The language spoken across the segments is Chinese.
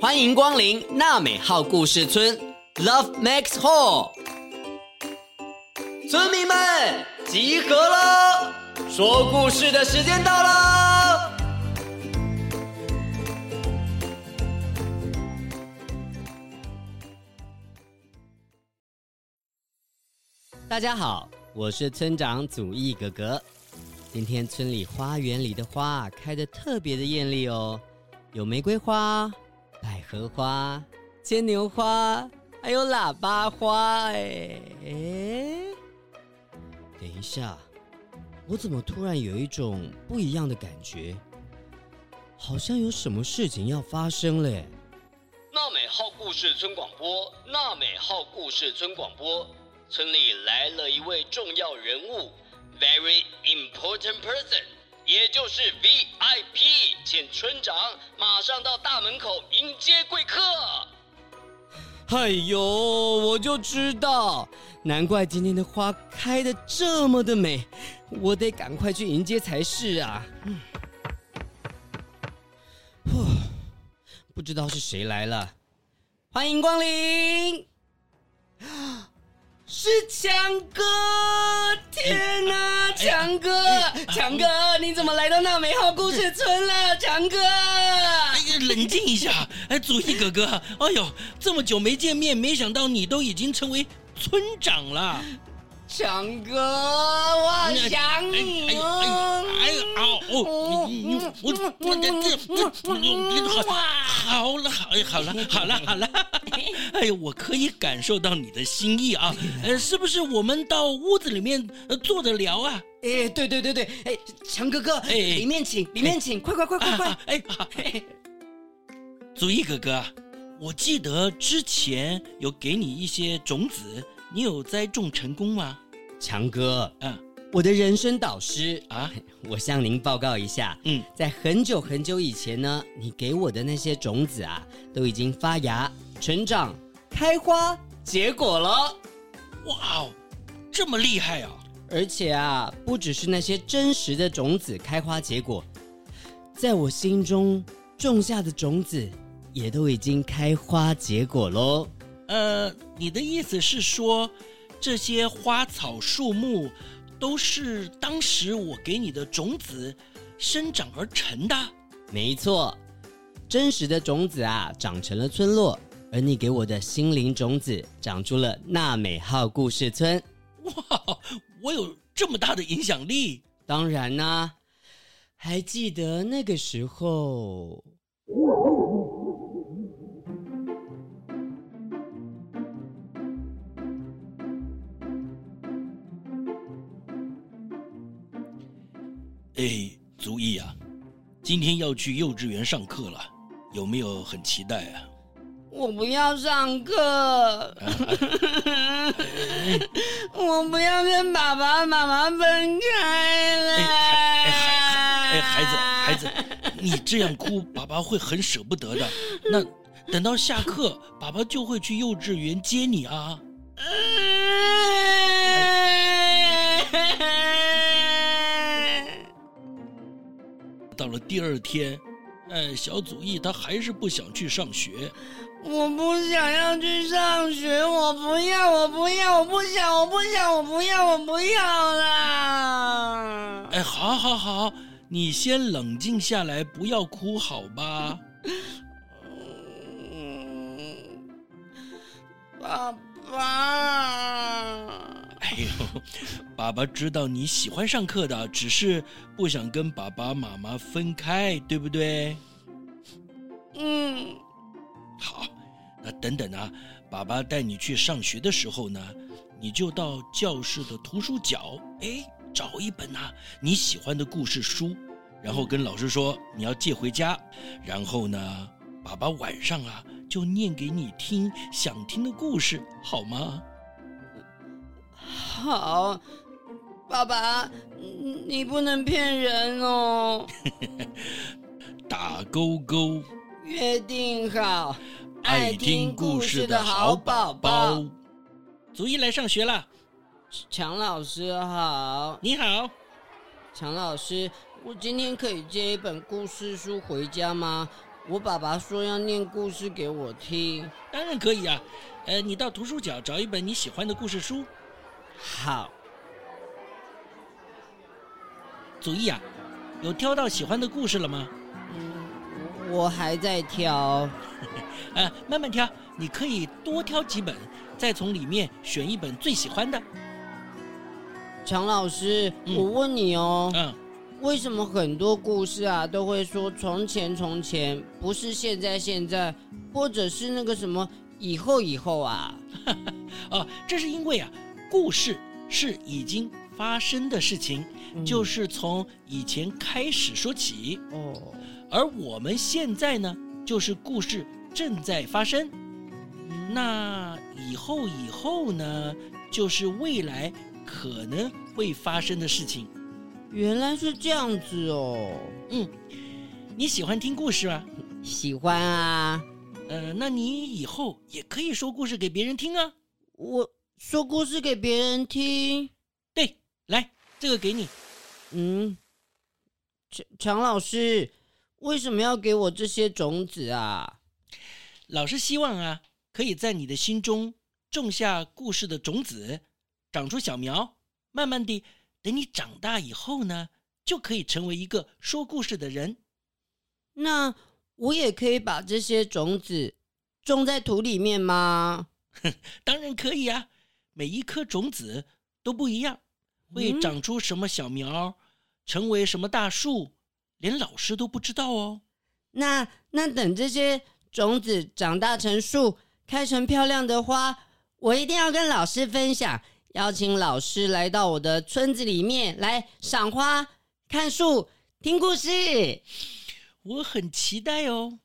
欢迎光临纳美号故事村 Love Max Hall， 村民们集合了，说故事的时间到了。大家好，我是村长祖义哥哥。今天村里花园里的花开得特别的艳丽哦，有玫瑰花、百合花、牵牛花，还有喇叭花。等一下，我怎么突然有一种不一样的感觉，好像有什么事情要发生嘞。纳美号故事村广播，纳美号故事村广播，村里来了一位重要人物 ，very important person， 也就是 VIP， 请村长马上到大门口迎接贵客。哎呦，我就知道，难怪今天的花开得这么的美，我得赶快去迎接才是啊。不知道是谁来了，欢迎光临。是强哥！天哪，强哥，强哥，你怎么来到纳美号故事村了？强哥， 冷静一下，祖义哥哥，哎呦，这么久没见面，没想到你都已经成为村长了。 强哥，我想你哦！ 好了，哎呦，我可以感受到你的心意啊，是不是我们到屋子里面坐着聊啊？ 对，强哥哥，里面请，快！ 好，祖义哥哥，我记得之前有给你一些种子，你有栽种成功吗？ 强哥，我的人生导师啊，我向您报告一下，在很久很久以前呢，你给我的那些种子啊，都已经发芽、成长、开花、结果了。 哇哦，这么厉害啊！ 而且啊，不只是那些真实的种子开花结果，在我心中种下的种子也都已经开花结果咯。 你的意思是说，这些花草树木都是当时我给你的种子生长而成的？ 没错，真实的种子啊，长成了村落，而你给我的心灵种子长出了纳美号故事村。 哇，我有这么大的影响力？ 当然啦，还记得那个时候。 祖义啊，今天要去幼稚园上课了，有没有很期待啊？ 我不要上课，我不要跟爸爸妈妈分开了。 孩子，你这样哭，爸爸会很舍不得的。那等到下课，爸爸就会去幼稚园接你啊。到了第二天，小祖义他还是不想去上学。 我不想要去上学，我不要啦！ 好，你先冷静下来，不要哭，好吧？ 爸爸。 爸爸知道你喜欢上课的，只是不想跟爸爸妈妈分开，对不对？好，那等等啊，爸爸带你去上学的时候呢，你就到教室的图书角，找一本你喜欢的故事书，然后跟老师说你要借回家，然后呢，爸爸晚上就念给你听想听的故事，好吗？ 好，爸爸，你不能骗人哦。 打勾勾， 约定好，爱听故事的好宝宝。 祖义来上学了。 强老师好。 你好。 强老师，我今天可以借一本故事书回家吗？ 我爸爸说要念故事给我听。 当然可以啊，你到图书角找一本你喜欢的故事书。 好。 祖义啊，有挑到喜欢的故事了吗？ 我还在挑。 慢慢挑，你可以多挑几本，再从里面选一本最喜欢的。 常老师，我问你哦，为什么很多故事啊都会说从前从前，不是现在现在，或者是那个什么以后以后啊？ 这是因为啊，故事是已经发生的事情，就是从以前开始说起。而我们现在呢，就是故事正在发生。那以后呢，就是未来可能会发生的事情。 原来是这样子哦。 你喜欢听故事吗？ 喜欢啊。 那你以后也可以说故事给别人听啊。 我说故事给别人听？ 对，来，这个给你。 常老师，为什么要给我这些种子啊？ 老师希望啊，可以在你的心中种下故事的种子，长出小苗，慢慢地，等你长大以后呢，就可以成为一个说故事的人。 那我也可以把这些种子种在土里面吗？ 当然可以啊，每一颗种子都不一样，会长出什么小苗，成为什么大树，连老师都不知道哦。 那等这些种子长大成树，开成漂亮的花，我一定要跟老师分享，邀请老师来到我的村子里面来赏花、看树、听故事。 我很期待哦。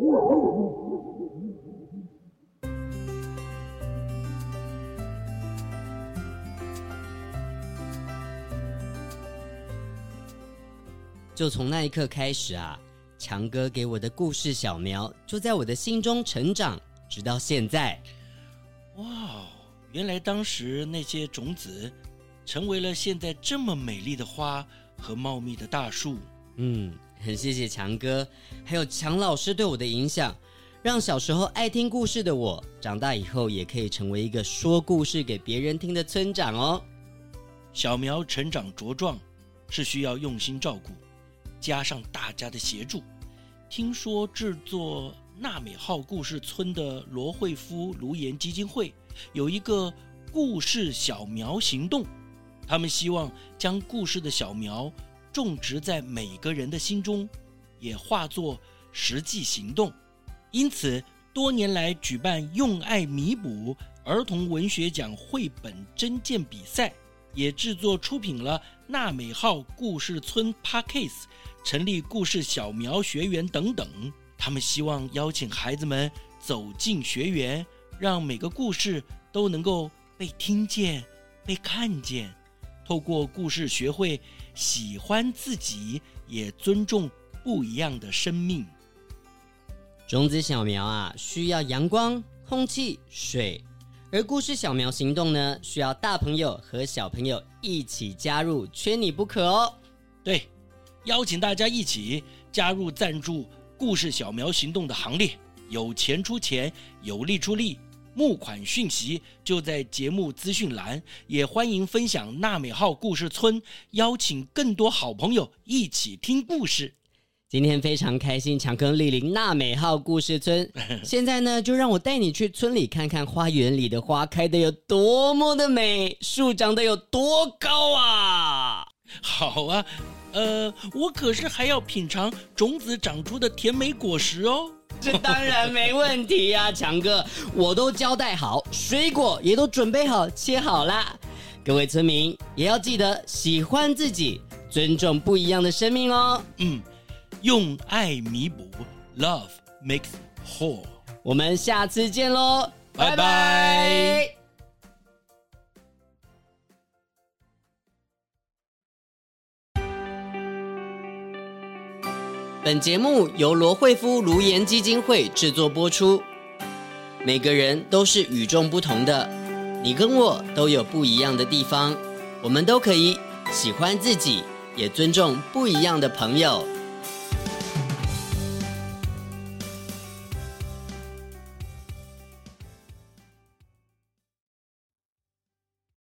就从那一刻开始啊，强哥给我的故事小苗就在我的心中成长，直到现在。 哇，原来当时那些种子成为了现在这么美丽的花和茂密的大树。 很谢谢强哥还有强老师对我的影响，让小时候爱听故事的我长大以后也可以成为一个说故事给别人听的村长哦。 小苗成长茁壮是需要用心照顾，加上大家的协助。听说制作纳美号故事村的罗惠夫卢颜基金会有一个故事小苗行动，他们希望将故事的小苗种植在每个人的心中，也化作实际行动。因此多年来举办用爱弥补儿童文学奖绘本征件比赛，也制作出品了纳美号故事村 Podcast， 成立故事小苗学园等等。他们希望邀请孩子们走进学园，让每个故事都能够被听见、被看见，透过故事学会喜欢自己，也尊重不一样的生命。 种子小苗啊，需要阳光、空气、水，而故事小苗行动呢，需要大朋友和小朋友一起加入，缺你不可哦。 对，邀请大家一起加入赞助故事小苗行动的行列，有钱出钱，有力出力，募款讯息就在节目资讯栏，也欢迎分享纳美号故事村，邀请更多好朋友一起听故事。 今天非常开心，强哥莅临纳美号故事村。现在呢，就让我带你去村里看看花园里的花开得有多么的美，树长得有多高啊！ 好啊，我可是还要品尝种子长出的甜美果实哦。 这当然没问题啊，强哥，我都交代好，水果也都准备好，切好啦。各位村民也要记得喜欢自己，尊重不一样的生命哦。 用爱弥补 ，Love makes whole。 我们下次见喽， 拜拜。 本节目由罗惠夫卢颜基金会制作播出。每个人都是与众不同的，你跟我都有不一样的地方，我们都可以喜欢自己，也尊重不一样的朋友。